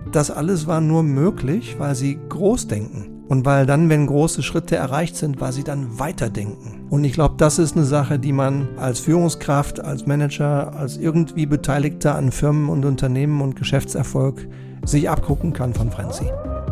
das alles war nur möglich, weil sie groß denken. Und weil dann, wenn große Schritte erreicht sind, weil sie dann weiterdenken. Und ich glaube, das ist eine Sache, die man als Führungskraft, als Manager, als irgendwie Beteiligter an Firmen und Unternehmen und Geschäftserfolg sich abgucken kann von Franzi.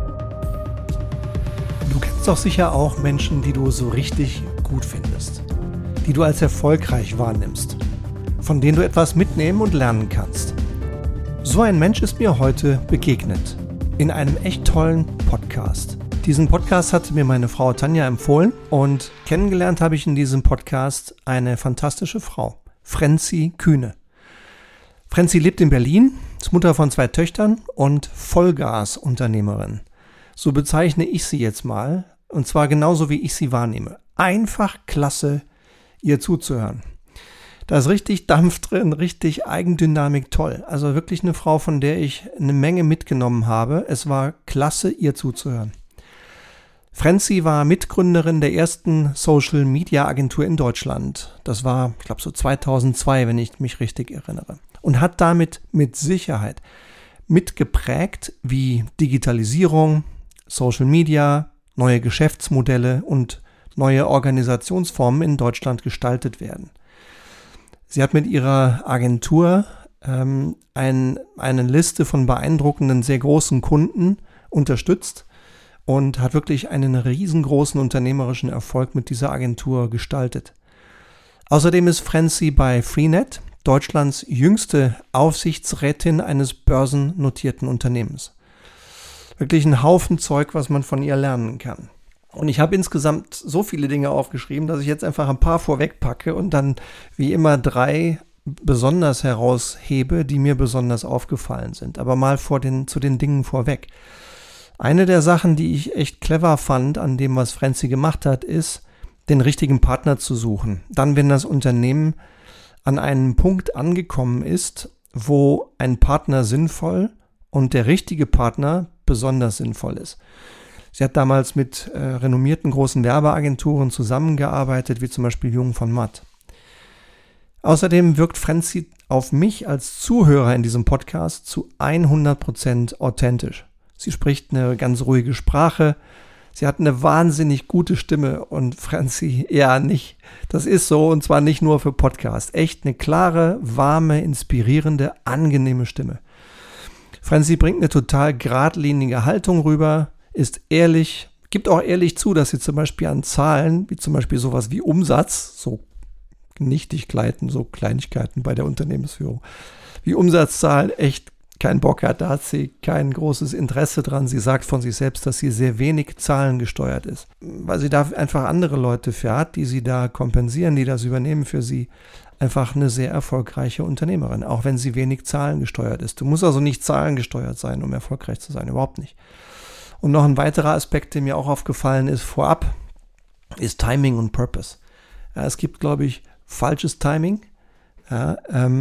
Du kennst doch sicher auch Menschen, die du so richtig gut findest, die du als erfolgreich wahrnimmst, von denen du etwas mitnehmen und lernen kannst. So ein Mensch ist mir heute begegnet, in einem echt tollen Podcast. Diesen Podcast hatte mir meine Frau Tanja empfohlen und kennengelernt habe ich in diesem Podcast eine fantastische Frau, Franzi Kühne. Franzi lebt in Berlin, ist Mutter von 2 Töchtern und Vollgas-Unternehmerin. So bezeichne ich sie jetzt mal, und zwar genauso wie ich sie wahrnehme. Einfach klasse, ihr zuzuhören. Da ist richtig Dampf drin, richtig Eigendynamik, toll. Also wirklich eine Frau, von der ich eine Menge mitgenommen habe. Es war klasse, ihr zuzuhören. Franzi war Mitgründerin der ersten Social-Media-Agentur in Deutschland. Das war, ich glaube, so 2002, wenn ich mich richtig erinnere. Und hat damit mit Sicherheit mitgeprägt, wie Digitalisierung, Social Media, neue Geschäftsmodelle und neue Organisationsformen in Deutschland gestaltet werden. Sie hat mit ihrer Agentur eine Liste von beeindruckenden, sehr großen Kunden unterstützt und hat wirklich einen riesengroßen unternehmerischen Erfolg mit dieser Agentur gestaltet. Außerdem ist Franzi bei Freenet, Deutschlands jüngste Aufsichtsrätin eines börsennotierten Unternehmens. Wirklich ein Haufen Zeug, was man von ihr lernen kann. Und ich habe insgesamt so viele Dinge aufgeschrieben, dass ich jetzt einfach ein paar vorwegpacke und dann wie immer 3 besonders heraushebe, die mir besonders aufgefallen sind. Aber mal zu den Dingen vorweg. Eine der Sachen, die ich echt clever fand an dem, was Franzi gemacht hat, ist, den richtigen Partner zu suchen. Dann, wenn das Unternehmen an einem Punkt angekommen ist, wo ein Partner sinnvoll und der richtige Partner besonders sinnvoll ist. Sie hat damals mit renommierten großen Werbeagenturen zusammengearbeitet, wie zum Beispiel Jung von Matt. Außerdem wirkt Franzi auf mich als Zuhörer in diesem Podcast zu 100% authentisch. Sie spricht eine ganz ruhige Sprache. Sie hat eine wahnsinnig gute Stimme und Franzi eher nicht. Das ist so und zwar nicht nur für Podcast. Echt eine klare, warme, inspirierende, angenehme Stimme. Franzi bringt eine total geradlinige Haltung rüber, ist ehrlich, gibt auch ehrlich zu, dass sie zum Beispiel an Zahlen, wie zum Beispiel sowas wie Umsatz, so Nichtigkeiten, so Kleinigkeiten bei der Unternehmensführung, wie Umsatzzahlen echt keinen Bock hat, da hat sie kein großes Interesse dran. Sie sagt von sich selbst, dass sie sehr wenig zahlengesteuert ist, weil sie da einfach andere Leute für hat, die sie da kompensieren, die das übernehmen für sie. Einfach eine sehr erfolgreiche Unternehmerin, auch wenn sie wenig zahlengesteuert ist. Du musst also nicht zahlengesteuert sein, um erfolgreich zu sein, überhaupt nicht. Und noch ein weiterer Aspekt, der mir auch aufgefallen ist vorab, ist Timing und Purpose. Ja, es gibt, glaube ich, falsches Timing. Ja,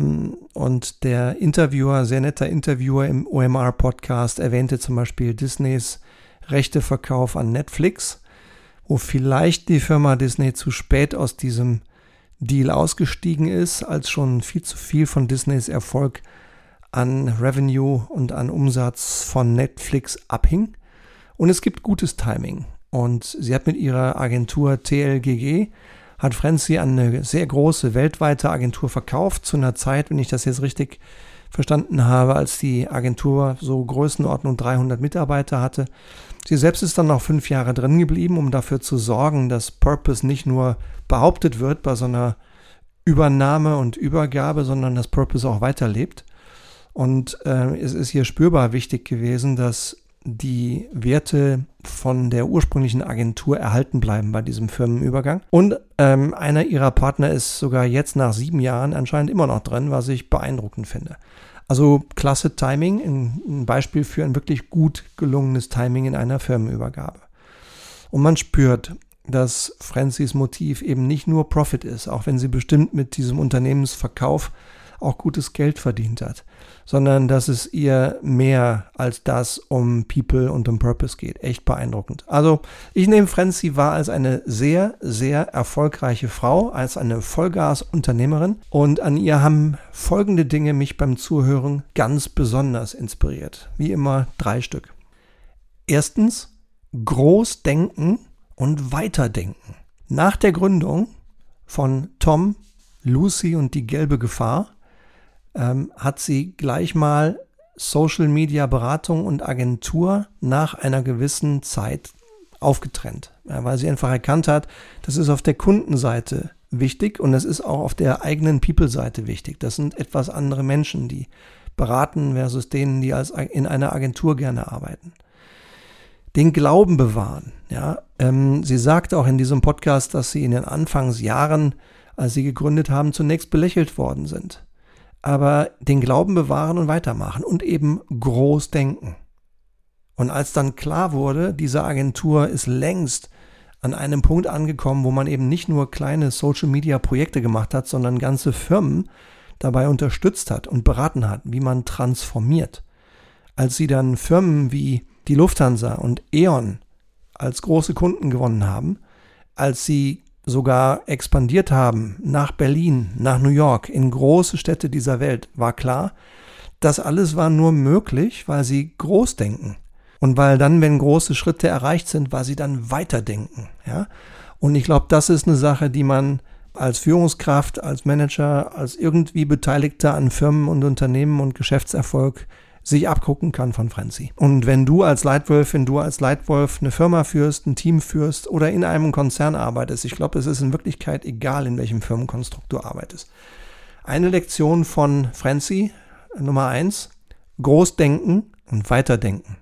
und der Interviewer, sehr netter Interviewer im OMR-Podcast, erwähnte zum Beispiel Disneys Rechteverkauf an Netflix, wo vielleicht die Firma Disney zu spät aus diesem Deal ausgestiegen ist, als schon viel zu viel von Disneys Erfolg an Revenue und an Umsatz von Netflix abhing. Und es gibt gutes Timing. Und sie hat mit ihrer Agentur TLGG hat Franzi an eine sehr große weltweite Agentur verkauft, zu einer Zeit, wenn ich das jetzt richtig verstanden habe, als die Agentur so Größenordnung 300 Mitarbeiter hatte. Sie selbst ist dann noch 5 Jahre drin geblieben, um dafür zu sorgen, dass Purpose nicht nur behauptet wird bei so einer Übernahme und Übergabe, sondern dass Purpose auch weiterlebt. Und es ist hier spürbar wichtig gewesen, dass die Werte von der ursprünglichen Agentur erhalten bleiben bei diesem Firmenübergang. Und einer ihrer Partner ist sogar jetzt nach 7 Jahren anscheinend immer noch drin, was ich beeindruckend finde. Also klasse Timing, ein Beispiel für ein wirklich gut gelungenes Timing in einer Firmenübergabe. Und man spürt, dass Franzis Motiv eben nicht nur Profit ist, auch wenn sie bestimmt mit diesem Unternehmensverkauf auch gutes Geld verdient hat, sondern dass es ihr mehr als das um People und um Purpose geht. Echt beeindruckend. Also ich nehme Francie wahr als eine sehr, sehr erfolgreiche Frau, als eine Vollgas-Unternehmerin, und an ihr haben folgende Dinge mich beim Zuhören ganz besonders inspiriert. Wie immer 3 Stück. Erstens, groß denken und weiterdenken. Nach der Gründung von Tom, Lucy und die gelbe Gefahr hat sie gleich mal Social Media Beratung und Agentur nach einer gewissen Zeit aufgetrennt, weil sie einfach erkannt hat, das ist auf der Kundenseite wichtig und es ist auch auf der eigenen People-Seite wichtig. Das sind etwas andere Menschen, die beraten versus denen, die in einer Agentur gerne arbeiten. Den Glauben bewahren. Ja, sie sagte auch in diesem Podcast, dass sie in den Anfangsjahren, als sie gegründet haben, zunächst belächelt worden sind. Aber den Glauben bewahren und weitermachen und eben groß denken. Und als dann klar wurde, diese Agentur ist längst an einem Punkt angekommen, wo man eben nicht nur kleine Social-Media-Projekte gemacht hat, sondern ganze Firmen dabei unterstützt hat und beraten hat, wie man transformiert. Als sie dann Firmen wie die Lufthansa und E.ON als große Kunden gewonnen haben, als sie sogar expandiert haben nach Berlin, nach New York, in große Städte dieser Welt, war klar, das alles war nur möglich, weil sie groß denken. Und weil dann, wenn große Schritte erreicht sind, weil sie dann weiterdenken. Ja? Und ich glaube, das ist eine Sache, die man als Führungskraft, als Manager, als irgendwie Beteiligter an Firmen und Unternehmen und Geschäftserfolg sich abgucken kann von Francie. Und wenn du als Leitwölfin, du als Leitwolf eine Firma führst, ein Team führst oder in einem Konzern arbeitest, ich glaube, es ist in Wirklichkeit egal, in welchem Firmenkonstrukt du arbeitest. Eine Lektion von Francie, Nummer 1, groß denken und weiterdenken.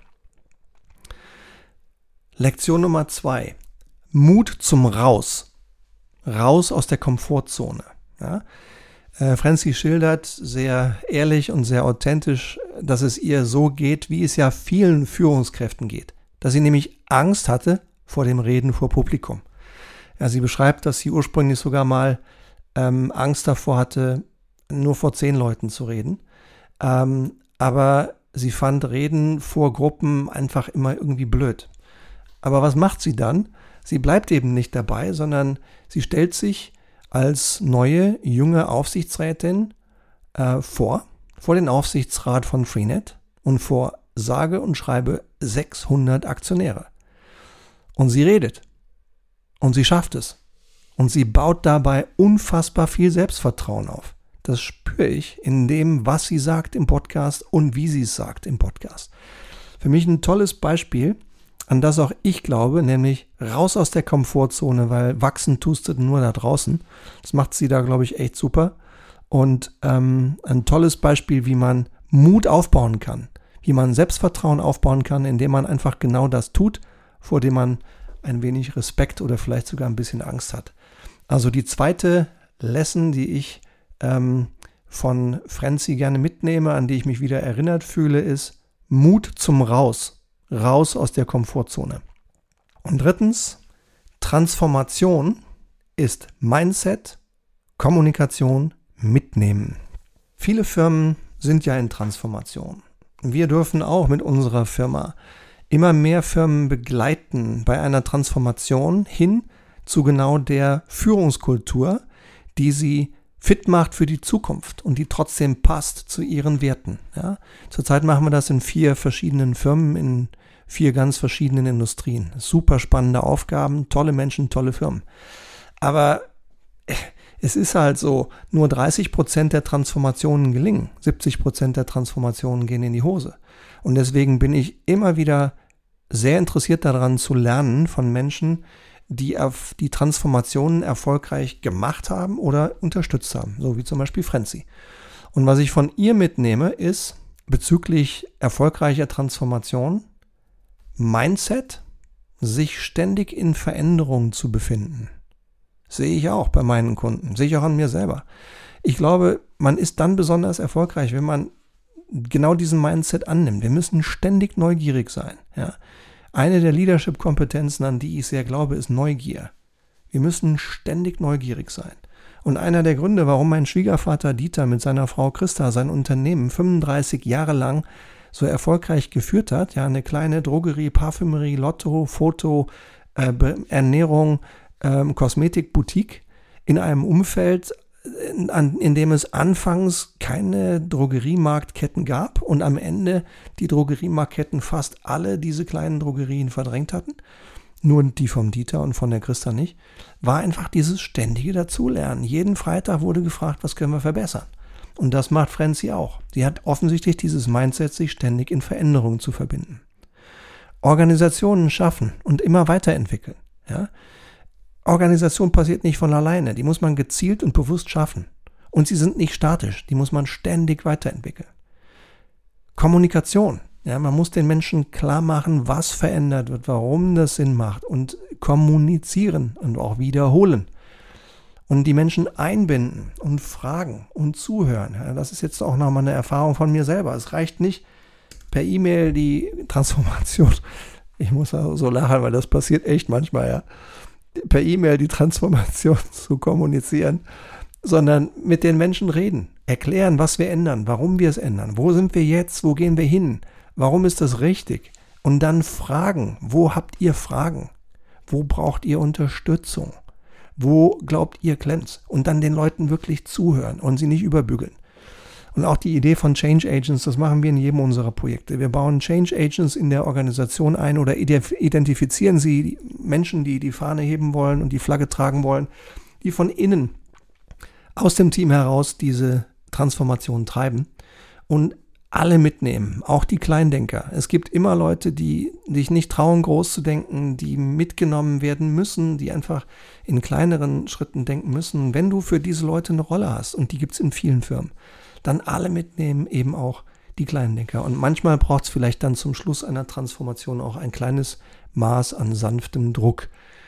Lektion Nummer 2, Mut zum Raus. Raus aus der Komfortzone. Ja? Francie schildert sehr ehrlich und sehr authentisch, dass es ihr so geht, wie es ja vielen Führungskräften geht. Dass sie nämlich Angst hatte vor dem Reden vor Publikum. Ja, sie beschreibt, dass sie ursprünglich sogar mal Angst davor hatte, nur vor 10 Leuten zu reden. Aber sie fand Reden vor Gruppen einfach immer irgendwie blöd. Aber was macht sie dann? Sie bleibt eben nicht dabei, sondern sie stellt sich als neue, junge Aufsichtsrätin vor den Aufsichtsrat von Freenet und vor sage und schreibe 600 Aktionäre. Und sie redet. Und sie schafft es. Und sie baut dabei unfassbar viel Selbstvertrauen auf. Das spüre ich in dem, was sie sagt im Podcast und wie sie es sagt im Podcast. Für mich ein tolles Beispiel, an das auch ich glaube, nämlich raus aus der Komfortzone, weil wachsen tust du nur da draußen. Das macht sie da, glaube ich, echt super. Und ein tolles Beispiel, wie man Mut aufbauen kann, wie man Selbstvertrauen aufbauen kann, indem man einfach genau das tut, vor dem man ein wenig Respekt oder vielleicht sogar ein bisschen Angst hat. Also die zweite Lesson, die ich von Francie gerne mitnehme, an die ich mich wieder erinnert fühle, ist Mut zum Raus. Raus aus der Komfortzone. Und drittens, Transformation ist Mindset, Kommunikation, Mitnehmen. Viele Firmen sind ja in Transformation. Wir dürfen auch mit unserer Firma immer mehr Firmen begleiten bei einer Transformation hin zu genau der Führungskultur, die sie fit macht für die Zukunft und die trotzdem passt zu ihren Werten. Ja? Zurzeit machen wir das in 4 verschiedenen Firmen, in 4 ganz verschiedenen Industrien. Super spannende Aufgaben, tolle Menschen, tolle Firmen. Aber es ist halt so, nur 30% der Transformationen gelingen. 70% der Transformationen gehen in die Hose. Und deswegen bin ich immer wieder sehr interessiert daran zu lernen von Menschen, die auf die Transformationen erfolgreich gemacht haben oder unterstützt haben, so wie zum Beispiel Francie. Und was ich von ihr mitnehme, ist bezüglich erfolgreicher Transformation Mindset, sich ständig in Veränderung zu befinden. Sehe ich auch bei meinen Kunden, sehe ich auch an mir selber. Ich glaube, man ist dann besonders erfolgreich, wenn man genau diesen Mindset annimmt. Wir müssen ständig neugierig sein. Ja. Eine der Leadership-Kompetenzen, an die ich sehr glaube, ist Neugier. Wir müssen ständig neugierig sein. Und einer der Gründe, warum mein Schwiegervater Dieter mit seiner Frau Christa sein Unternehmen 35 Jahre lang so erfolgreich geführt hat, ja, eine kleine Drogerie, Parfümerie, Lotto, Foto, Ernährung, Kosmetikboutique in einem Umfeld, in dem es anfangs keine Drogeriemarktketten gab und am Ende die Drogeriemarktketten fast alle diese kleinen Drogerien verdrängt hatten, nur die vom Dieter und von der Christa nicht, war einfach dieses ständige Dazulernen. Jeden Freitag wurde gefragt, was können wir verbessern? Und das macht Franzi auch. Sie hat offensichtlich dieses Mindset, sich ständig in Veränderungen zu verbinden. Organisationen schaffen und immer weiterentwickeln. Ja? Organisation passiert nicht von alleine. Die muss man gezielt und bewusst schaffen. Und sie sind nicht statisch. Die muss man ständig weiterentwickeln. Kommunikation. Ja, man muss den Menschen klar machen, was verändert wird, warum das Sinn macht. Und kommunizieren und auch wiederholen. Und die Menschen einbinden und fragen und zuhören. Ja, das ist jetzt auch nochmal eine Erfahrung von mir selber. Es reicht nicht per E-Mail die Transformation. Ich muss so lachen, weil das passiert echt manchmal, ja. Per E-Mail die Transformation zu kommunizieren, sondern mit den Menschen reden, erklären, was wir ändern, warum wir es ändern, wo sind wir jetzt, wo gehen wir hin, warum ist das richtig und dann fragen, wo habt ihr Fragen, wo braucht ihr Unterstützung, wo glaubt ihr klemmt und dann den Leuten wirklich zuhören und sie nicht überbügeln. Und auch die Idee von Change Agents, das machen wir in jedem unserer Projekte. Wir bauen Change Agents in der Organisation ein oder identifizieren sie, die Menschen, die die Fahne heben wollen und die Flagge tragen wollen, die von innen aus dem Team heraus diese Transformation treiben und alle mitnehmen, auch die Kleindenker. Es gibt immer Leute, die sich nicht trauen, groß zu denken, die mitgenommen werden müssen, die einfach in kleineren Schritten denken müssen. Wenn du für diese Leute eine Rolle hast, und die gibt es in vielen Firmen, dann alle mitnehmen, eben auch die Kleindenker. Und manchmal braucht es vielleicht dann zum Schluss einer Transformation auch ein kleines Maß an sanftem Druck.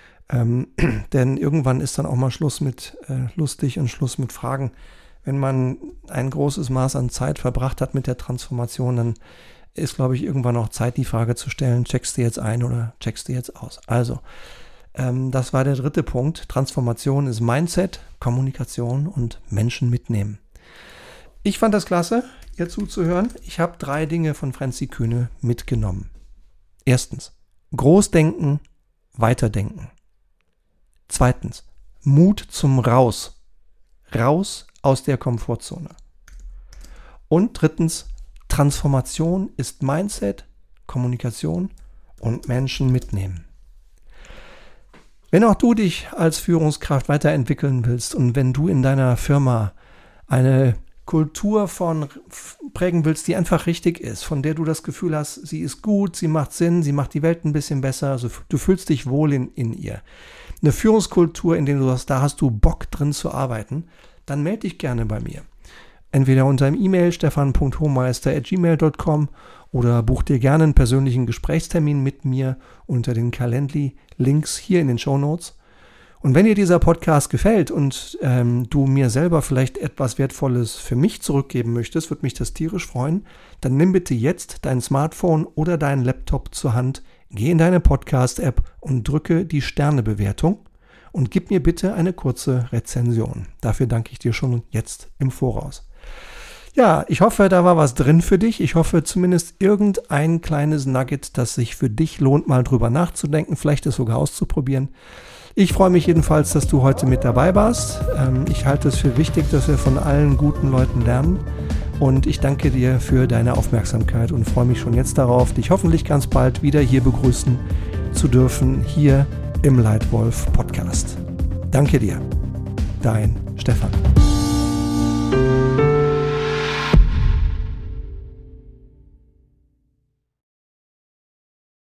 Denn irgendwann ist dann auch mal Schluss mit lustig und Schluss mit Fragen. Wenn man ein großes Maß an Zeit verbracht hat mit der Transformation, dann ist, glaube ich, irgendwann auch Zeit, die Frage zu stellen, checkst du jetzt ein oder checkst du jetzt aus? Also, das war der dritte Punkt. Transformation ist Mindset, Kommunikation und Menschen mitnehmen. Ich fand das klasse, ihr zuzuhören. Ich habe 3 Dinge von Franzi Kühne mitgenommen. Erstens, Großdenken, Weiterdenken. Zweitens, Mut zum Raus. Raus aus der Komfortzone. Und drittens, Transformation ist Mindset, Kommunikation und Menschen mitnehmen. Wenn auch du dich als Führungskraft weiterentwickeln willst und wenn du in deiner Firma eine Kultur prägen willst, die einfach richtig ist, von der du das Gefühl hast, sie ist gut, sie macht Sinn, sie macht die Welt ein bisschen besser, also du fühlst dich wohl in ihr. Eine Führungskultur, in der da hast du Bock drin zu arbeiten, dann melde dich gerne bei mir. Entweder unter dem E-Mail stefan.hohmeister@gmail.com oder buch dir gerne einen persönlichen Gesprächstermin mit mir unter den Calendly-Links hier in den Shownotes. Und wenn dir dieser Podcast gefällt und du mir selber vielleicht etwas Wertvolles für mich zurückgeben möchtest, würde mich das tierisch freuen, dann nimm bitte jetzt dein Smartphone oder deinen Laptop zur Hand, geh in deine Podcast-App und drücke die Sternebewertung und gib mir bitte eine kurze Rezension. Dafür danke ich dir schon jetzt im Voraus. Ja, ich hoffe, da war was drin für dich. Ich hoffe zumindest irgendein kleines Nugget, das sich für dich lohnt, mal drüber nachzudenken, vielleicht es sogar auszuprobieren. Ich freue mich jedenfalls, dass du heute mit dabei warst. Ich halte es für wichtig, dass wir von allen guten Leuten lernen. Und ich danke dir für deine Aufmerksamkeit und freue mich schon jetzt darauf, dich hoffentlich ganz bald wieder hier begrüßen zu dürfen, hier im Leitwolf Podcast. Danke dir, dein Stefan.